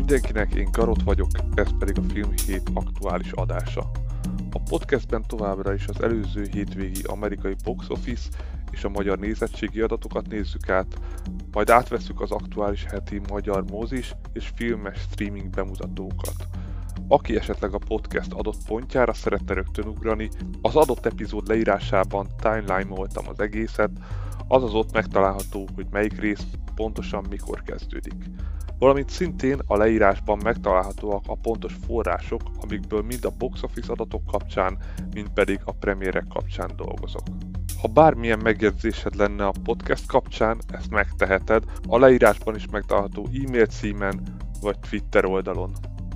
mindenkinek, én Garot vagyok, ez pedig a Film Hét aktuális adása. A podcastben továbbra is az előző hétvégi amerikai box office és a magyar nézettségi adatokat nézzük át, majd átvesszük az aktuális heti magyar mozis és filmes streaming bemutatókat. Aki esetleg a podcast adott pontjára szeretne rögtön ugrani, az adott epizód leírásában timeline-oltam az egészet, azaz ott megtalálható, hogy melyik rész pontosan mikor kezdődik. Valamint szintén a leírásban megtalálhatóak a pontos források, amikből mind a box office adatok kapcsán, mind pedig a premierek kapcsán dolgozok. Ha bármilyen megjegyzésed lenne a podcast kapcsán, ezt megteheted, a leírásban is megtalálható e-mail címen vagy Twitter oldalon.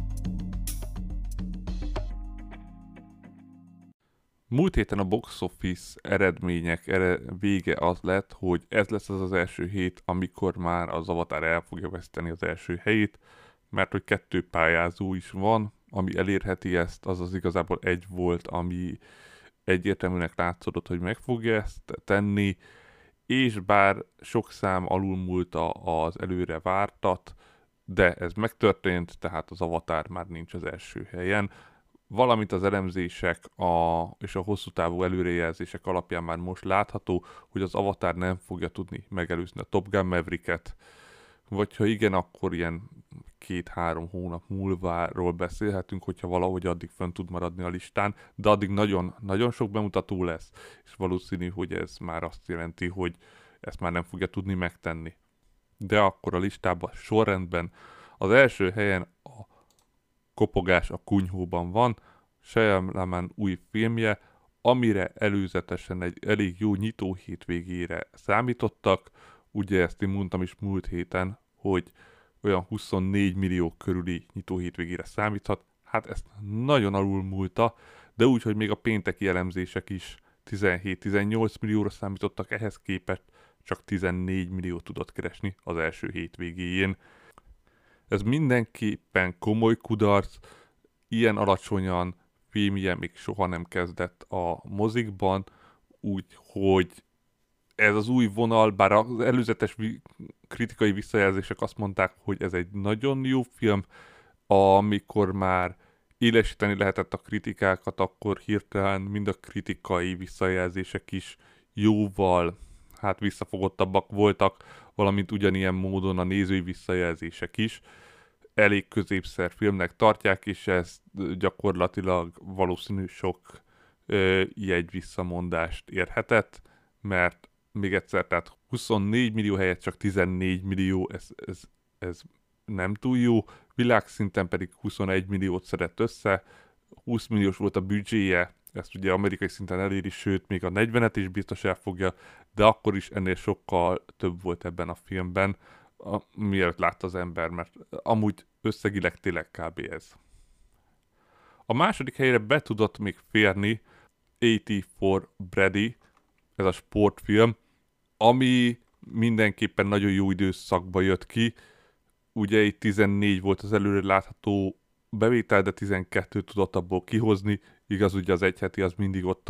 Múlt héten a box office eredmények vége az lett, hogy ez lesz az első hét, amikor már az Avatar el fogja veszteni az első helyét, mert hogy 2 pályázó is van, ami elérheti ezt, azaz igazából egy volt, ami egyértelműnek látszódott, hogy meg fogja ezt tenni, és bár sok szám alulmúlta az előre vártat, de ez megtörtént, tehát az Avatar már nincs az első helyen. Valamint az elemzések és a hosszú távú előrejelzések alapján már most látható, hogy az Avatar nem fogja tudni megelőzni a Top Gun Mavericket, vagy ha igen, akkor ilyen 2-3 hónap múlváról beszélhetünk, hogyha valahogy addig fönn tud maradni a listán, de addig nagyon, nagyon sok bemutató lesz, és valószínű, hogy ez már azt jelenti, hogy ezt már nem fogja tudni megtenni. De akkor a listában sorrendben az első helyen a Kopogás a kunyhóban van, Shyamalan új filmje, amire előzetesen egy elég jó nyitó hétvégére számítottak. Ugye ezt én mondtam is múlt héten, hogy olyan 24 millió körüli nyitó hétvégére számíthat. Hát ezt nagyon alulmúlta, de úgy, hogy még a pénteki elemzések is 17-18 millióra számítottak, ehhez képest csak 14 millió tudott keresni az első hétvégéjén. Ez mindenképpen komoly kudarc, ilyen alacsonyan filmje még soha nem kezdett a mozikban, úgyhogy ez az új vonal, bár az előzetes kritikai visszajelzések azt mondták, hogy ez egy nagyon jó film, amikor már élesíteni lehetett a kritikákat, akkor hirtelen mind a kritikai visszajelzések is jóval visszafogottabbak voltak, valamint ugyanilyen módon a nézői visszajelzések is. Elég középszer filmnek tartják, és ez gyakorlatilag valószínű sok jegy visszamondást érhetett, mert még egyszer, tehát 24 millió helyett csak 14 millió, ez nem túl jó, világszinten pedig 21 milliót szedett össze, 20 milliós volt a büdzséje, ezt ugye amerikai szinten eléri, sőt, még a 40-et is biztos elfogja, de akkor is ennél sokkal több volt ebben a filmben, mielőtt látta az ember, mert amúgy összegileg tényleg kb. Ez. A második helyre be tudott még férni A.T. for Brady, ez a sportfilm, ami mindenképpen nagyon jó időszakba jött ki. Ugye itt 14 volt az előre látható bevétel, de 12 tudott abból kihozni. Igaz, ugye az egyheti az mindig ott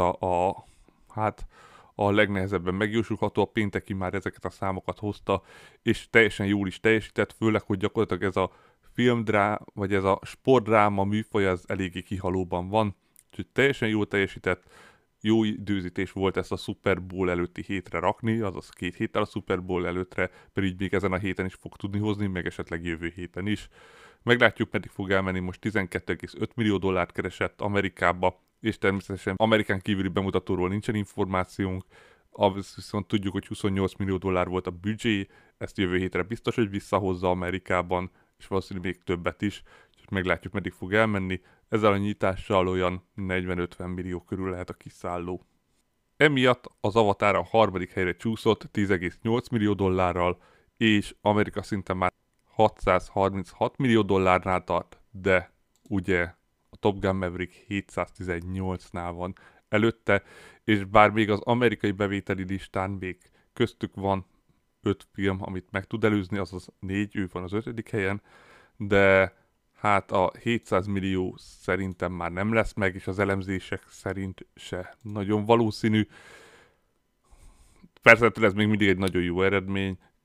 a legnehezebben megjósolható, a pénteki már ezeket a számokat hozta, és teljesen jól is teljesített, főleg, hogy gyakorlatilag ez a vagy ez a sportdráma műfaj az eléggé kihalóban van, úgyhogy teljesen jól teljesített, jó időzítés volt ezt a Super Bowl előtti hétre rakni, azaz 2 héttel a Super Bowl előttre, mert így még ezen a héten is fog tudni hozni, meg esetleg jövő héten is. Meglátjuk, meddig fog elmenni, most 12,5 millió dollárt keresett Amerikába, és természetesen Amerikán kívüli bemutatóról nincsen információnk, azt viszont tudjuk, hogy 28 millió dollár volt a büdzsé, ezt jövő hétre biztos, hogy visszahozza Amerikában, és valószínűleg még többet is, és meglátjuk, meddig fog elmenni. Ezzel a nyitással olyan 40-50 millió körül lehet a kiszálló. Emiatt az Avatar a harmadik helyre csúszott 10,8 millió dollárral, és Amerika szinten már 636 millió dollárnál tart, de ugye a Top Gun Maverick 718-nál van előtte, és bár még az amerikai bevételi listán még köztük van 5 film, amit meg tud előzni, azaz 4, ő van az 5. helyen, de hát a 700 millió szerintem már nem lesz meg, és az elemzések szerint se nagyon valószínű. Persze ez még mindig egy nagyon jó eredmény,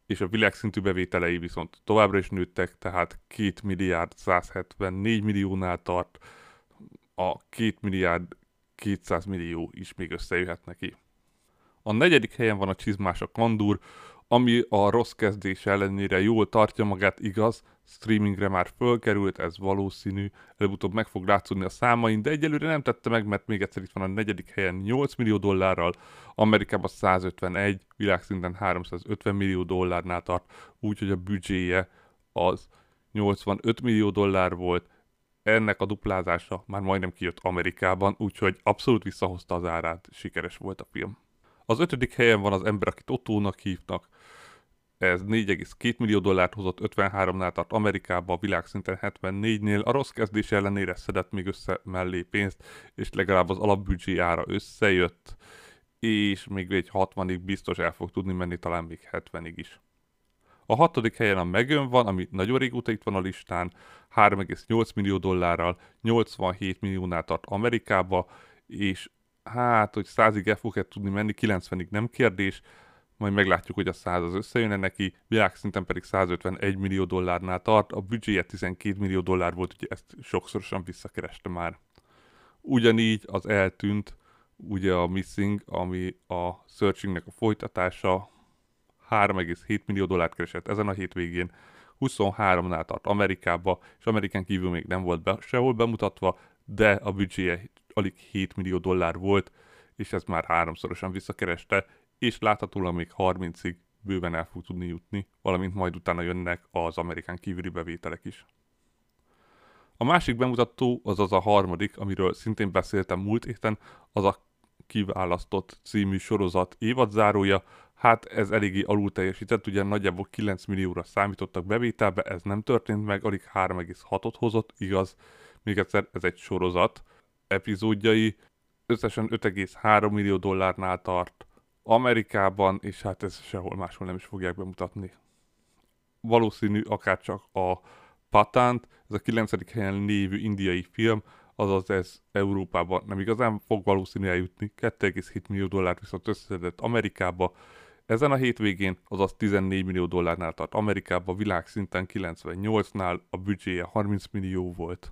és a világszintű bevételei viszont továbbra is nőttek, tehát 2 milliárd 174 milliónál tart, a 2 milliárd 200 millió is még összejöhet neki. A negyedik helyen van a Csizmás a Kandúr, ami a rossz kezdés ellenére jól tartja magát, igaz, streamingre már fölkerült, ez valószínű, előbb-utóbb meg fog látszódni a számain, de egyelőre nem tette meg, mert még egyszer itt van a negyedik helyen 8 millió dollárral, Amerikában 151, világszinten 350 millió dollárnál tart, úgyhogy a büdzséje az 85 millió dollár volt, ennek a duplázása már majdnem kijött Amerikában, úgyhogy abszolút visszahozta az árát, sikeres volt a film. Az ötödik helyen van az ember, akit Ottónak hívnak. Ez 4,2 millió dollárt hozott, 53-nál tart Amerikába, a világszinten 74-nél. A rossz kezdés ellenére szedett még össze mellé pénzt, és legalább az alapbüdzsé ára összejött, és még egy 60-ig biztos el fog tudni menni, talán még 70-ig is. A hatodik helyen a Megan van, ami nagyon régóta itt van a listán, 3,8 millió dollárral, 87 milliónál tart Amerikába, és hát, hogy 100-ig el fog tudni menni, 90-ig nem kérdés, majd meglátjuk, hogy a 100 az összejön neki, világszinten pedig 151 millió dollárnál tart, a büdzséje 12 millió dollár volt, ugye ezt sokszorosan visszakereste már. Ugyanígy az Eltűnt, ugye a Missing, ami a Searchingnek a folytatása, 3,7 millió dollárt keresett ezen a hétvégén, 23-nál tart Amerikába, és Amerikán kívül még nem volt sehol bemutatva, de a büdzséje alig 7 millió dollár volt, és ez már háromszorosan visszakereste, és láthatólag még 30-ig bőven el fog tudni jutni, valamint majd utána jönnek az Amerikán kívüli bevételek is. A másik bemutató, azaz a harmadik, amiről szintén beszéltem múlt héten, az a Kiválasztott című sorozat évadzárója. Hát ez eléggé alul teljesített, ugye nagyjából 9 millióra számítottak bevételbe, ez nem történt meg, alig 3,6-ot hozott, igaz, még egyszer ez egy sorozat. Epizódjai összesen 5,3 millió dollárnál tart Amerikában, és hát ez sehol máshol nem is fogják bemutatni. Valószínű akárcsak a Patánt, ez a 9. helyen lévő indiai film, azaz ez Európában nem igazán fog valószínű eljutni, 2,7 millió dollárt viszont összeszedett Amerikába, ezen a hétvégén, azaz 14 millió dollárnál tart Amerikába, világszinten 98-nál, a büdzséje 30 millió volt.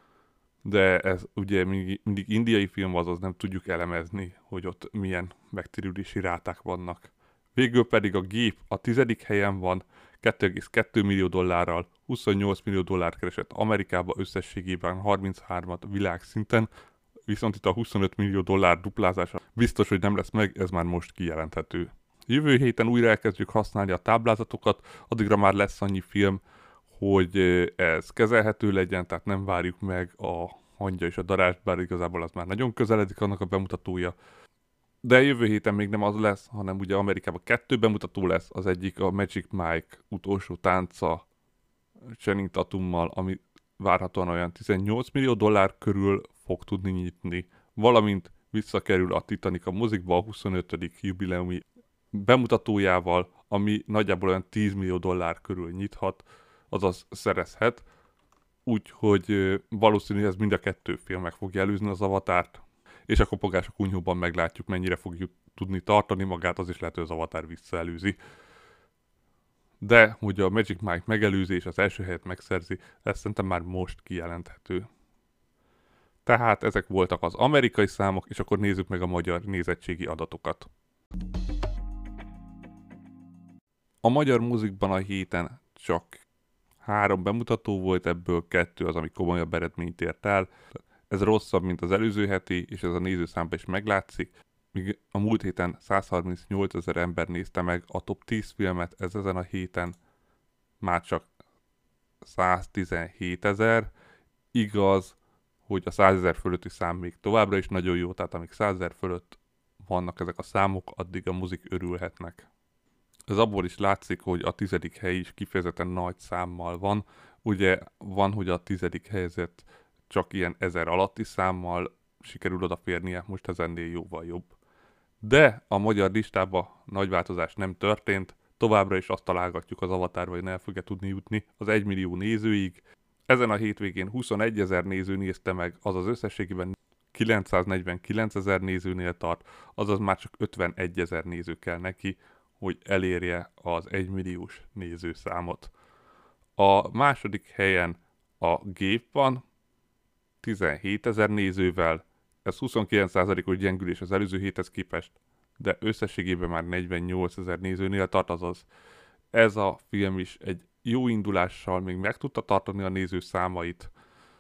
De ez ugye mindig indiai film, azaz nem tudjuk elemezni, hogy ott milyen megtérülési ráták vannak. Végül pedig a Gép a 10. helyen van, 2,2 millió dollárral, 28 millió dollárt keresett Amerikába, összességében 33-at világszinten, viszont itt a 25 millió dollár duplázása biztos, hogy nem lesz meg, ez már most kijelenthető. Jövő héten újra elkezdjük használni a táblázatokat, addigra már lesz annyi film, hogy ez kezelhető legyen, tehát nem várjuk meg a Hangya és a Darást, bár igazából az már nagyon közeledik annak a bemutatója. De jövő héten még nem az lesz, hanem ugye Amerikában 2 bemutató lesz, az egyik a Magic Mike utolsó tánca Channing Tatummal, ami várhatóan olyan 18 millió dollár körül fog tudni nyitni, valamint visszakerül a Titanic a mozikba a 25. jubileumi bemutatójával, ami nagyjából olyan 10 millió dollár körül nyithat, azaz szerezhet, úgyhogy valószínű ez mind a 2 film meg fogja előzni az Avatárt, és a Kopogás a kunyhóban meglátjuk, mennyire fogjuk tudni tartani magát, az is lehet, hogy az Avatar visszaelőzi. De, hogy a Magic Mike megelőzi és az első helyet megszerzi, ez szerintem már most kijelenthető. Tehát ezek voltak az amerikai számok, és akkor nézzük meg a magyar nézettségi adatokat. A magyar mozikban a héten csak 3 bemutató volt, ebből 2 az, ami komolyabb eredményt ért el. Ez rosszabb, mint az előző heti, és ez a nézőszámban is meglátszik. Míg a múlt héten 138 000 ember nézte meg a top 10 filmet, ez ezen a héten már csak 117 000. Igaz, hogy a 100 000 fölötti szám még továbbra is nagyon jó, tehát amíg 100 000 fölött vannak ezek a számok, addig a mozik örülhetnek. Ez abból is látszik, hogy a 10. hely is kifejezetten nagy számmal van. Ugye van, hogy a 10. helyzet csak ilyen 1000 alatti számmal sikerül odaférnie, most ez ennél jóval jobb. De a magyar listában nagy változás nem történt, továbbra is azt találgatjuk az Avatar, vagy el fogja tudni jutni az 1 millió nézőig. Ezen a hétvégén 21 000 néző nézte meg, azaz összességében 949 000 nézőnél tart, azaz már csak 51 000 néző kell neki, hogy elérje az 1 milliós nézőszámot. A második helyen a Gép van, 17 000 nézővel, ez 29%-os gyengülés az előző héthez képest, de összességében már 48 000 nézőnél tart, azaz ez a film is egy jó indulással még meg tudta tartani a néző számait.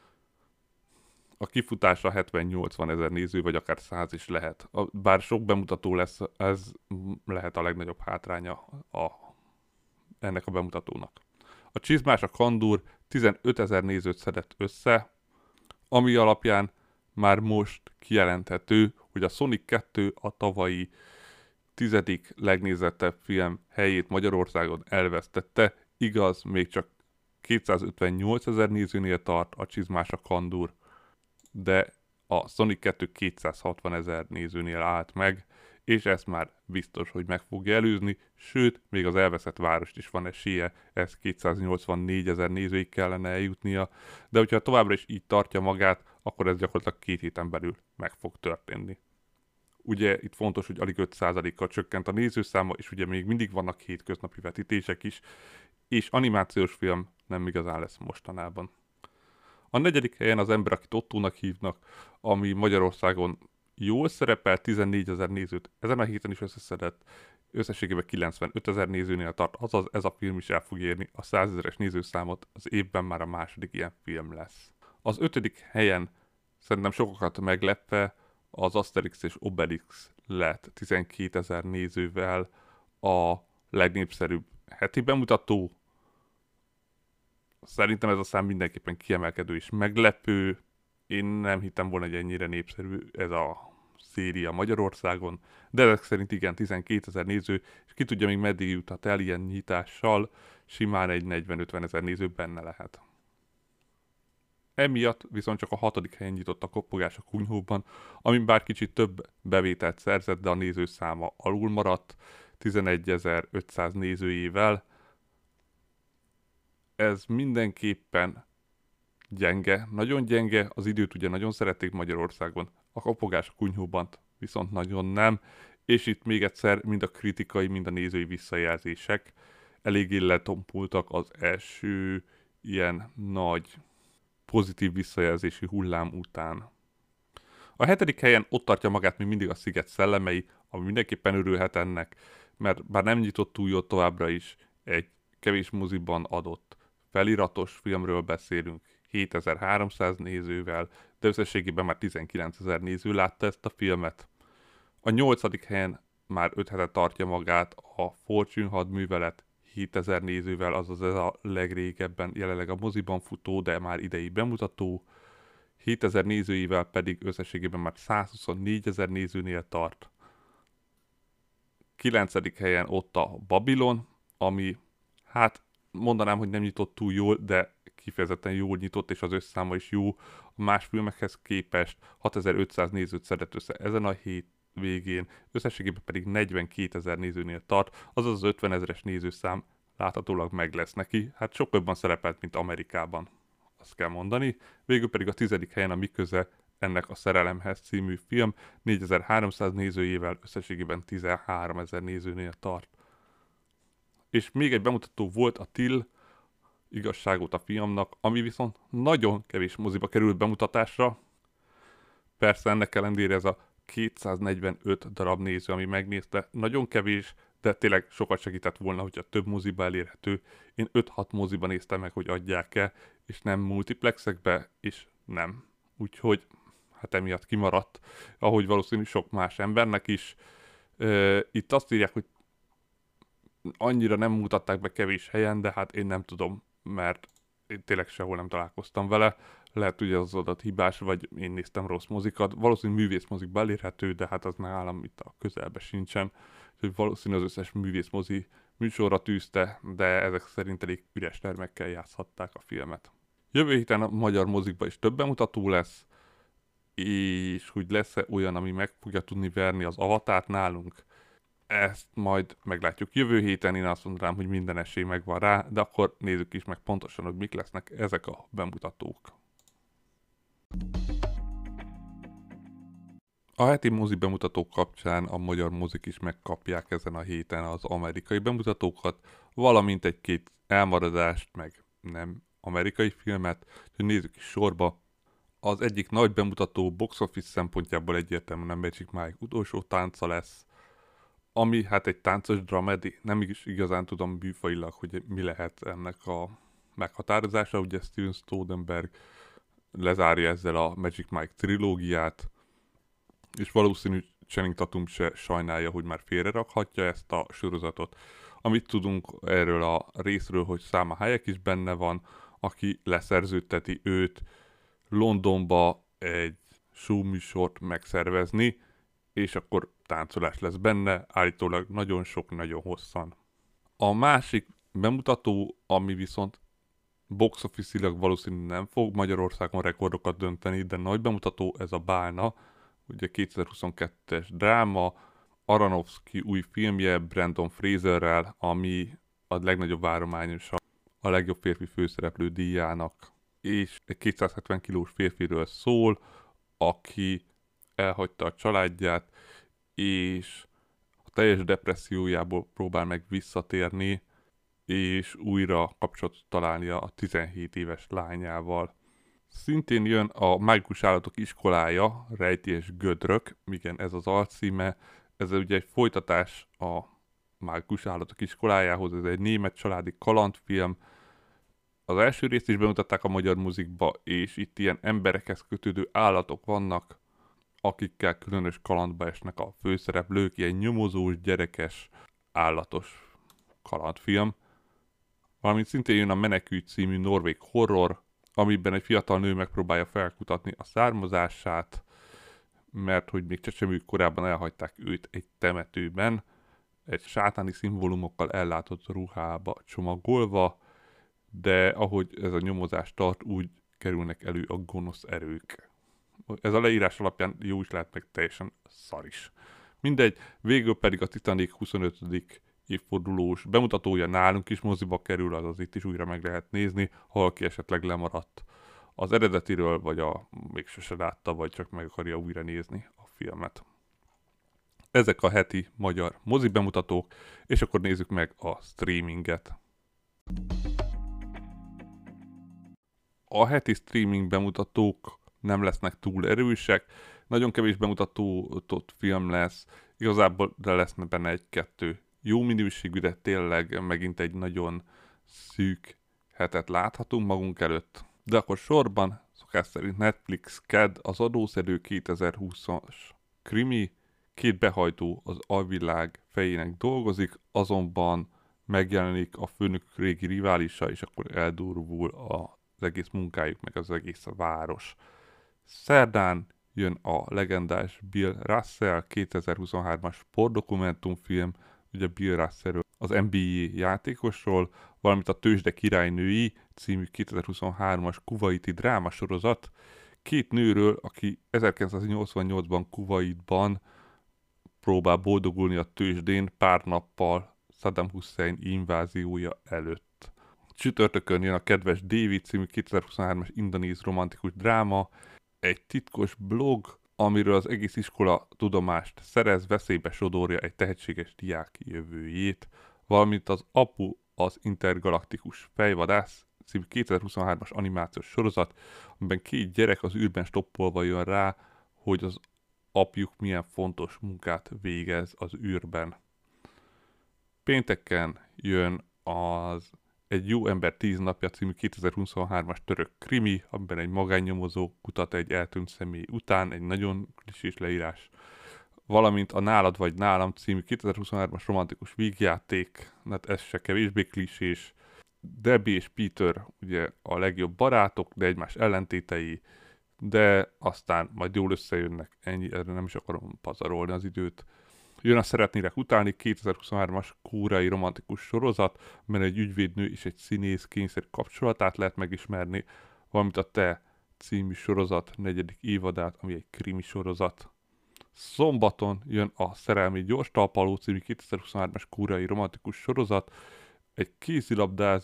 A kifutásra 70-80 ezer néző, vagy akár 100 is lehet. Bár sok bemutató lesz, ez lehet a legnagyobb hátránya ennek a bemutatónak. A Csizmás, a Kandúr 15 000 nézőt szedett össze, ami alapján már most kijelenthető, hogy a Sonic 2 a tavalyi 10. legnézettebb film helyét Magyarországon elvesztette. Igaz, még csak 258 000 nézőnél tart a Csizmás, a Kandúr, de a Sonic 2 260 000 nézőnél állt meg, és ezt már biztos, hogy meg fogja előzni, sőt, még az Elveszett Várost is van esélye, ez 284 000 nézőig kellene eljutnia, de hogyha továbbra is így tartja magát, akkor ez gyakorlatilag 2 héten belül meg fog történni. Ugye itt fontos, hogy alig 5%-kal csökkent a nézőszáma, és ugye még mindig vannak hétköznapi vetítések is, és animációs film nem igazán lesz mostanában. A 4. helyen az Ember, akit Ottónak hívnak, ami Magyarországon jól szerepel, 14 000 nézőt ezen a héten is összeszedett, összességében 95 000 nézőnél tart, azaz ez a film is el fog érni a 100 000-es nézőszámot, az évben már a második ilyen film lesz. Az 5. helyen szerintem sokakat meglepve az Asterix és Obelix lett 12 000 nézővel a legnépszerűbb heti bemutató. Szerintem ez a szám mindenképpen kiemelkedő és meglepő. Én nem hittem volna, hogy ennyire népszerű ez a széria Magyarországon, de ezek szerint igen, 12 000 néző, és ki tudja még meddig juthat el ilyen nyitással, simán egy 40-50 000 néző benne lehet. Emiatt viszont csak a 6. helyen nyitott a Kopogás a kunyhóban, amin bár kicsit több bevételt szerzett, de a nézőszáma alul maradt, 11 500 nézőjével. Ez mindenképpen gyenge, nagyon gyenge, az időt ugye nagyon szerették Magyarországon, a Kopogás a kunyhóban viszont nagyon nem, és itt még egyszer mind a kritikai, mind a nézői visszajelzések eléggé letompultak az első ilyen nagy pozitív visszajelzési hullám után. A 7. helyen ott tartja magát még mindig a Sziget szellemei, ami mindenképpen örülhet ennek, mert bár nem nyitott túl jól továbbra is, egy kevés moziban adott feliratos filmről beszélünk, 7300 nézővel, de összességében már 19 000 néző látta ezt a filmet. A 8. helyen már 5 hete tartja magát a Fortune hadművelet 7000 nézővel, azaz ez a legrégebben jelenleg a moziban futó, de már idei bemutató. 7000 nézőivel pedig összességében már 124 000 nézőnél tart. 9. helyen ott a Babylon, ami hát mondanám, hogy nem nyitott túl jól, de kifejezetten jól nyitott, és az összszáma is jó. A más filmekhez képest 6500 nézőt szedett össze ezen a hét végén, összességében pedig 42 000 nézőnél tart, azaz az 50 000-es nézőszám láthatólag meg lesz neki. Hát sokkal jobban szerepelt, mint Amerikában, azt kell mondani. Végül pedig a 10. helyen a Mi köze ennek a Szerelemhez című film 4300 nézőjével összességében 13 000 nézőnél tart. És még egy bemutató volt, a Till, Igazságot a fiamnak, ami viszont nagyon kevés moziba került bemutatásra. Persze ennek ellenére ez a 245 darab néző, ami megnézte, nagyon kevés, de tényleg sokat segített volna, hogyha több moziba elérhető. Én 5-6 moziba néztem meg, hogy adják-e, és nem multiplexekbe, és nem. Úgyhogy hát emiatt kimaradt, ahogy valószínű sok más embernek is. Itt azt írják, hogy annyira nem mutatták be kevés helyen, de hát én nem tudom, mert én tényleg sehol nem találkoztam vele. Lehet, hogy az adat hibás, vagy én néztem rossz mozikat. Valószínűleg művészmozikba elérhető, de hát az nálam itt a közelben sincsen. Úgyhogy valószínűleg az összes művészmozi műsorra tűzte, de ezek szerint elég üres termekkel játszhatták a filmet. Jövő héten a magyar mozikba is több bemutató lesz, és hogy lesz-e olyan, ami meg fogja tudni verni az Avatárt nálunk, ezt majd meglátjuk jövő héten. Én azt mondanám, hogy minden esély megvan rá, de akkor nézzük is meg pontosan, hogy mik lesznek ezek a bemutatók. A heti mozi bemutató kapcsán a magyar mozik is megkapják ezen a héten az amerikai bemutatókat, valamint egy-két elmaradást, meg nem amerikai filmet, hogy nézzük is sorba. Az egyik nagy bemutató box office szempontjából egyértelműen a Magic Mike utolsó tánca lesz, ami hát egy táncos dramedi, nem is igazán tudom műfajilag, hogy mi lehet ennek a meghatározása, ugye Steven Soderbergh lezárja ezzel a Magic Mike trilógiát, és valószínű Channing Tatum se sajnálja, hogy már félrerakhatja ezt a sorozatot. Amit tudunk erről a részről, hogy Salma Hayek is benne van, aki leszerződteti őt Londonba egy showműsort megszervezni, és akkor táncolás lesz benne, állítólag nagyon sok, nagyon hosszan. A másik bemutató, ami viszont box office-ilag valószínűleg nem fog Magyarországon rekordokat dönteni, de nagy bemutató ez a Bálna, ugye 2022-es dráma, Aronofsky új filmje Brandon Fraserrel, ami a legnagyobb várományos a legjobb férfi főszereplő díjának, és egy 270 kilós férfiről szól, aki elhagyta a családját, és a teljes depressziójából próbál meg visszatérni, és újra kapcsolatot találnia a 17 éves lányával. Szintén jön a Mágikus Állatok Iskolája, Rejtélyes Gödrök, igen, ez az alcíme. Ez ugye egy folytatás a Mágikus Állatok Iskolájához, ez egy német családi kalandfilm. Az első részt is bemutatták a magyar muzikba, és itt ilyen emberekhez kötődő állatok vannak, akikkel különös kalandba esnek a főszereplők, ilyen nyomozós, gyerekes, állatos kalandfilm. Valamint szintén jön a Menekült című norvég horror, amiben egy fiatal nő megpróbálja felkutatni a származását, mert hogy még csecsemők korában elhagyták őt egy temetőben, egy sátáni szimbólumokkal ellátott ruhába csomagolva, de ahogy ez a nyomozás tart, úgy kerülnek elő a gonosz erők. Ez a leírás alapján jó is lehet, meg teljesen szar is. Mindegy, végül pedig a Titanic 25. évfordulós bemutatója nálunk is moziba kerül, azaz itt is újra meg lehet nézni, ha valaki esetleg lemaradt az eredetiről, vagy még sose látta, vagy csak meg akarja újra nézni a filmet. Ezek a heti magyar mozi bemutatók, és akkor nézzük meg a streaminget. A heti streaming bemutatók nem lesznek túl erősek, nagyon kevés bemutatott film lesz, igazából de lesz benne egy-kettő jó minőségű, de tényleg megint egy nagyon szűk hetet láthatunk magunk előtt. De akkor sorban, szokás szerint Netflix KED, az adószedő 2020-as krimi, két behajtó az alvilág fejének dolgozik, azonban megjelenik a főnök régi riválisa, és akkor eldurvul az egész munkájuk, meg az egész város. Szerdán jön a legendás Bill Russell 2023-as sportdokumentumfilm, ugye Bill Russellről, az NBA játékosról, valamint a Tőzsde királynői című 2023-as kuvaiti drámasorozat, két nőről, aki 1988-ban Kuwaitban próbál boldogulni a tőzsdén pár nappal Saddam Hussein inváziója előtt. Csütörtökön jön a Kedves David című 2023-as indonéz romantikus dráma, egy titkos blog, amiről az egész iskola tudomást szerez, veszélybe sodorja egy tehetséges diák jövőjét, valamint az Apu, az intergalaktikus fejvadász című 2023-as animációs sorozat, amiben két gyerek az űrben stoppolva jön rá, hogy az apjuk milyen fontos munkát végez az űrben. Pénteken jön az Egy jó ember 10 napja című 2023-as török krimi, amiben egy magánnyomozó kutat egy eltűnt személy után, egy nagyon klisés leírás, valamint a Nálad vagy nálam című 2023-as romantikus vígjáték, hát ez se kevésbé klisés. Debbie és Peter ugye a legjobb barátok, de egymás ellentétei, de aztán majd jól összejönnek, ennyi, erre nem is akarom pazarolni az időt. Jön a Szeretnélek utálni 2023-as koreai romantikus sorozat, mert egy ügyvédnő és egy színész kényszer kapcsolatát lehet megismerni, valamint a Te című sorozat 4. évadát, ami egy krimi sorozat. Szombaton jön a Szerelmi gyors talpaló című 2023-as koreai romantikus sorozat, egy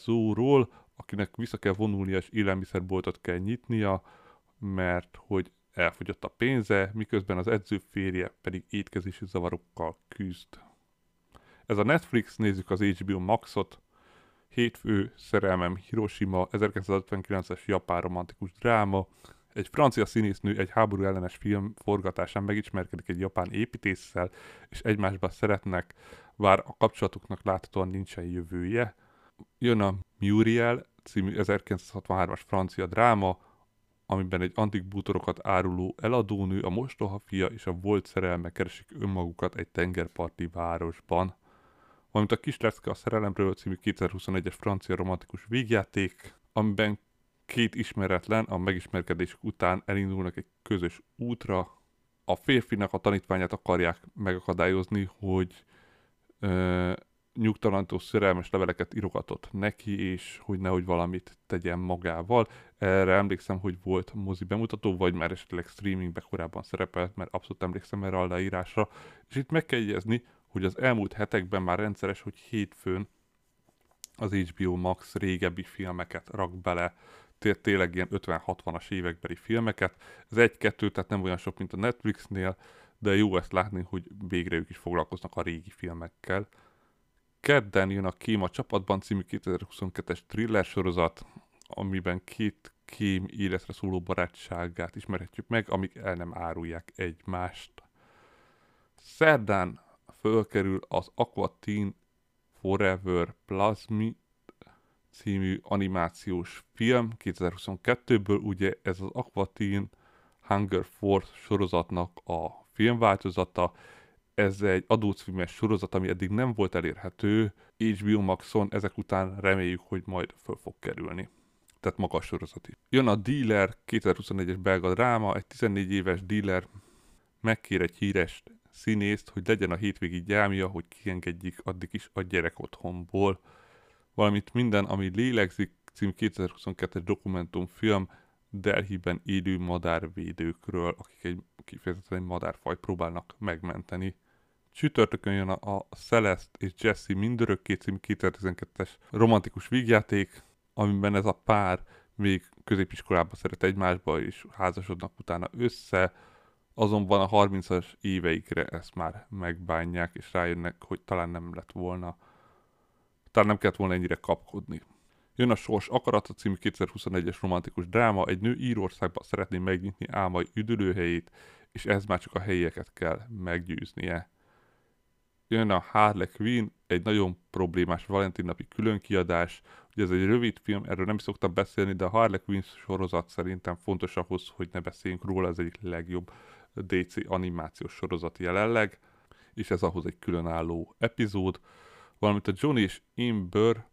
kézilabdázóról, akinek vissza kell vonulnia és élelmiszerboltot kell nyitnia, mert hogy elfogyott a pénze, miközben az edző férje pedig étkezési zavarokkal küzd. Ez a Netflix, nézzük az HBO Maxot. Hétfő szerelmem Hiroshima, 1959-es japán romantikus dráma. Egy francia színésznő egy háború ellenes film forgatásán megismerkedik egy japán építésszel, és egymásba szeretnek, bár a kapcsolatuknak láthatóan nincsen jövője. Jön a Muriel című 1963-as francia dráma, amiben egy antik bútorokat áruló eladónő, a mostoha fia és a volt szerelme keresik önmagukat egy tengerparti városban. Valamint a Kis lecke a szerelemről című 2021-es francia romantikus végjáték, amiben két ismeretlen a megismerkedésük után elindulnak egy közös útra. A férfinak a tanítványát akarják megakadályozni, hogy nyugtalanító szerelmes leveleket írogatott neki, és hogy nehogy valamit tegyen magával. Erre emlékszem, hogy volt mozi bemutató, vagy már esetleg streamingbe korábban szerepelt, mert abszolút emlékszem erre a leírásra. És itt meg kell jegyezni, hogy az elmúlt hetekben már rendszeres, hogy hétfőn az HBO Max régebbi filmeket rak bele, tényleg ilyen 50-60-as évekbeli filmeket. Ez egy-kettő, tehát nem olyan sok, mint a Netflixnél, de jó ezt látni, hogy végre ők is foglalkoznak a régi filmekkel. Kedden jön a Kém a csapatban című 2022-es thriller sorozat, amiben két kém életre szóló barátságát ismerhetjük meg, amik el nem árulják egymást. Szerdán fölkerül az Aqua Teen Forever Plasmid című animációs film 2022-ből, ugye ez az Aqua Teen Hunger Force sorozatnak a filmváltozata. Ez egy adócfilmes sorozat, ami eddig nem volt elérhető HBO Maxon, ezek után reméljük, hogy majd föl fog kerülni. Tehát maga a sorozat is. Jön a Dealer, 2021-es belga dráma, egy 14 éves dealer megkér egy híres színészt, hogy legyen a hétvégi gyámja, hogy kiengedjék addig is a gyerek otthonból. Valamint Minden, ami lélegzik című 2022-es dokumentumfilm Delhiben élő madárvédőkről, akik kifejezetten egy madárfajt próbálnak megmenteni. Csütörtökön jön a Celeste és Jesse mindörökké című 2012-es romantikus vígjáték, amiben ez a pár még középiskolában szeret egymásba, és házasodnak utána össze, azonban a 30-as éveikre ezt már megbánják, és rájönnek, hogy talán nem kellett volna ennyire kapkodni. Jön a Sors akarata című 2021-es romantikus dráma, egy nő Írországban szeretné megnyitni álmai üdülőhelyét, és ez már csak a helyieket kell meggyőznie. Jön a Harley Quinn, egy nagyon problémás Valentin napi különkiadás. Ugye ez egy rövid film, erről nem szoktam beszélni, de a Harley Quinn sorozat szerintem fontos ahhoz, hogy ne beszéljünk róla, ez egyik legjobb DC animációs sorozat jelenleg, és ez ahhoz egy különálló epizód. Valamint a Johnny és Amber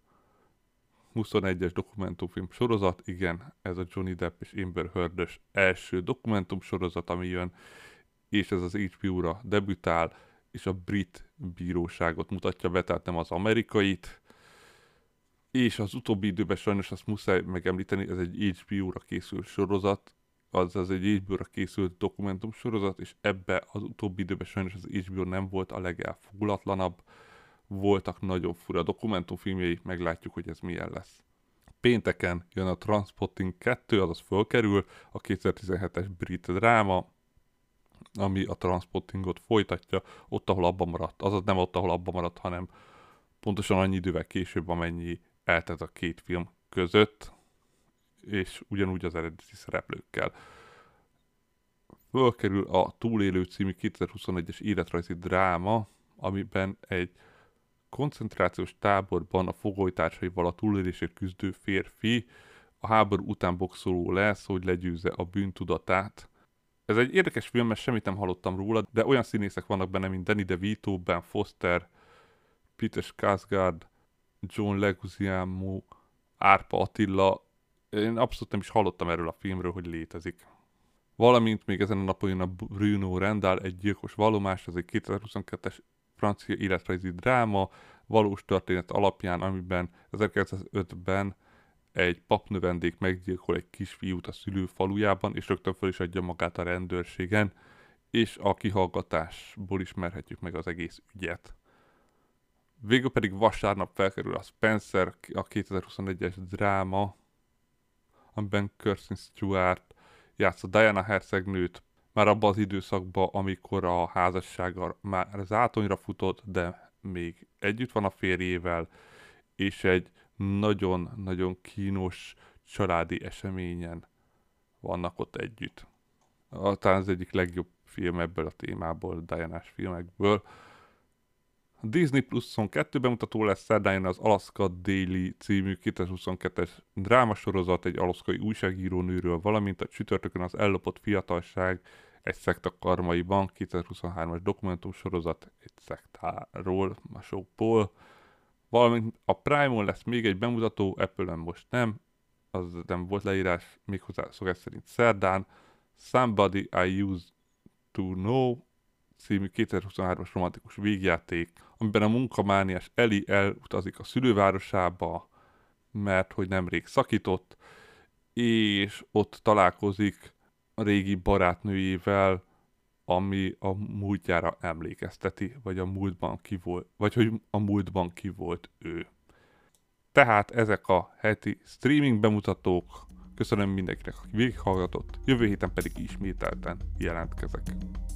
21-es dokumentumfilm sorozat, igen, ez a Johnny Depp és Amber Heard-ös első dokumentum sorozat, ami jön, és ez az HBO-ra debütál, és a brit bíróságot mutatja be, tehát nem az amerikait. És az utóbbi időben sajnos azt muszáj megemlíteni, ez egy HBO-ra készült sorozat, azaz egy HBO-ra készült dokumentum sorozat, és ebbe az utóbbi időben sajnos az HBO nem volt a legelfogulatlanabb, voltak nagyon fura dokumentumfilmjei, meglátjuk, hogy ez milyen lesz. Pénteken jön a Transpotting 2, azaz fölkerül, a 2017-es brit dráma, ami a Transpottingot folytatja, ott, ahol abban maradt. Azaz nem ott, ahol abban maradt, hanem pontosan annyi idővel később, amennyi eltelt a két film között, és ugyanúgy az eredeti szereplőkkel. Fölkerül a Túlélő című 2021-es életrajzi dráma, amiben egy koncentrációs táborban a fogolytársaival a túlélésért küzdő férfi a háború után boxoló lesz, hogy legyőzze a bűntudatát. Ez egy érdekes film, mert semmit nem hallottam róla, de olyan színészek vannak benne, mint Danny DeVito, Ben Foster, Peter Skarsgård, John Leguizamo, Árpa Attila. Én abszolút nem is hallottam erről a filmről, hogy létezik. Valamint még ezen a napon jön a Bruno Rendal, egy gyilkos vallomás, ez egy 2022-es francia életrajzi dráma, valós történet alapján, amiben 1905-ben egy papnövendék meggyilkol egy kisfiút a szülő falujában, és rögtön fel is adja magát a rendőrségen, és a kihallgatásból ismerhetjük meg az egész ügyet. Végül pedig vasárnap felkerül a Spencer, a 2021-es dráma, amiben Kirsten Stewart játsza Diana hercegnőt, már abban az időszakban, amikor a házassága már zátonyra futott, de még együtt van a férjével, és egy nagyon-nagyon kínos családi eseményen vannak ott együtt. Talán az egyik legjobb film ebből a témából, Diana-s filmekből. A Disney Plus-on 2 bemutató lesz szerdán az Alaska Daily című 2022-es drámasorozat egy alaszkai újságírónőről, valamint a csütörtökön az Ellopott fiatalság egy szekta karmaiban, 2023-as dokumentumsorozat egy szektáról, a showból. Valamint a Prime-on lesz még egy bemutató, Apple-en most nem, az nem volt leírás, méghozzá szokás szerint szerdán, Somebody I Used to Know című 2023-as romantikus végjáték, amiben a munkamániás Eli elutazik a szülővárosába, mert hogy nemrég szakított, és ott találkozik a régi barátnőjével, ami a múltjára emlékezteti, vagy a múltban ki volt, vagy hogy a múltban ki volt ő. Tehát ezek a heti streaming bemutatók. Köszönöm mindenkinek, aki végighallgatott, jövő héten pedig ismételten jelentkezek.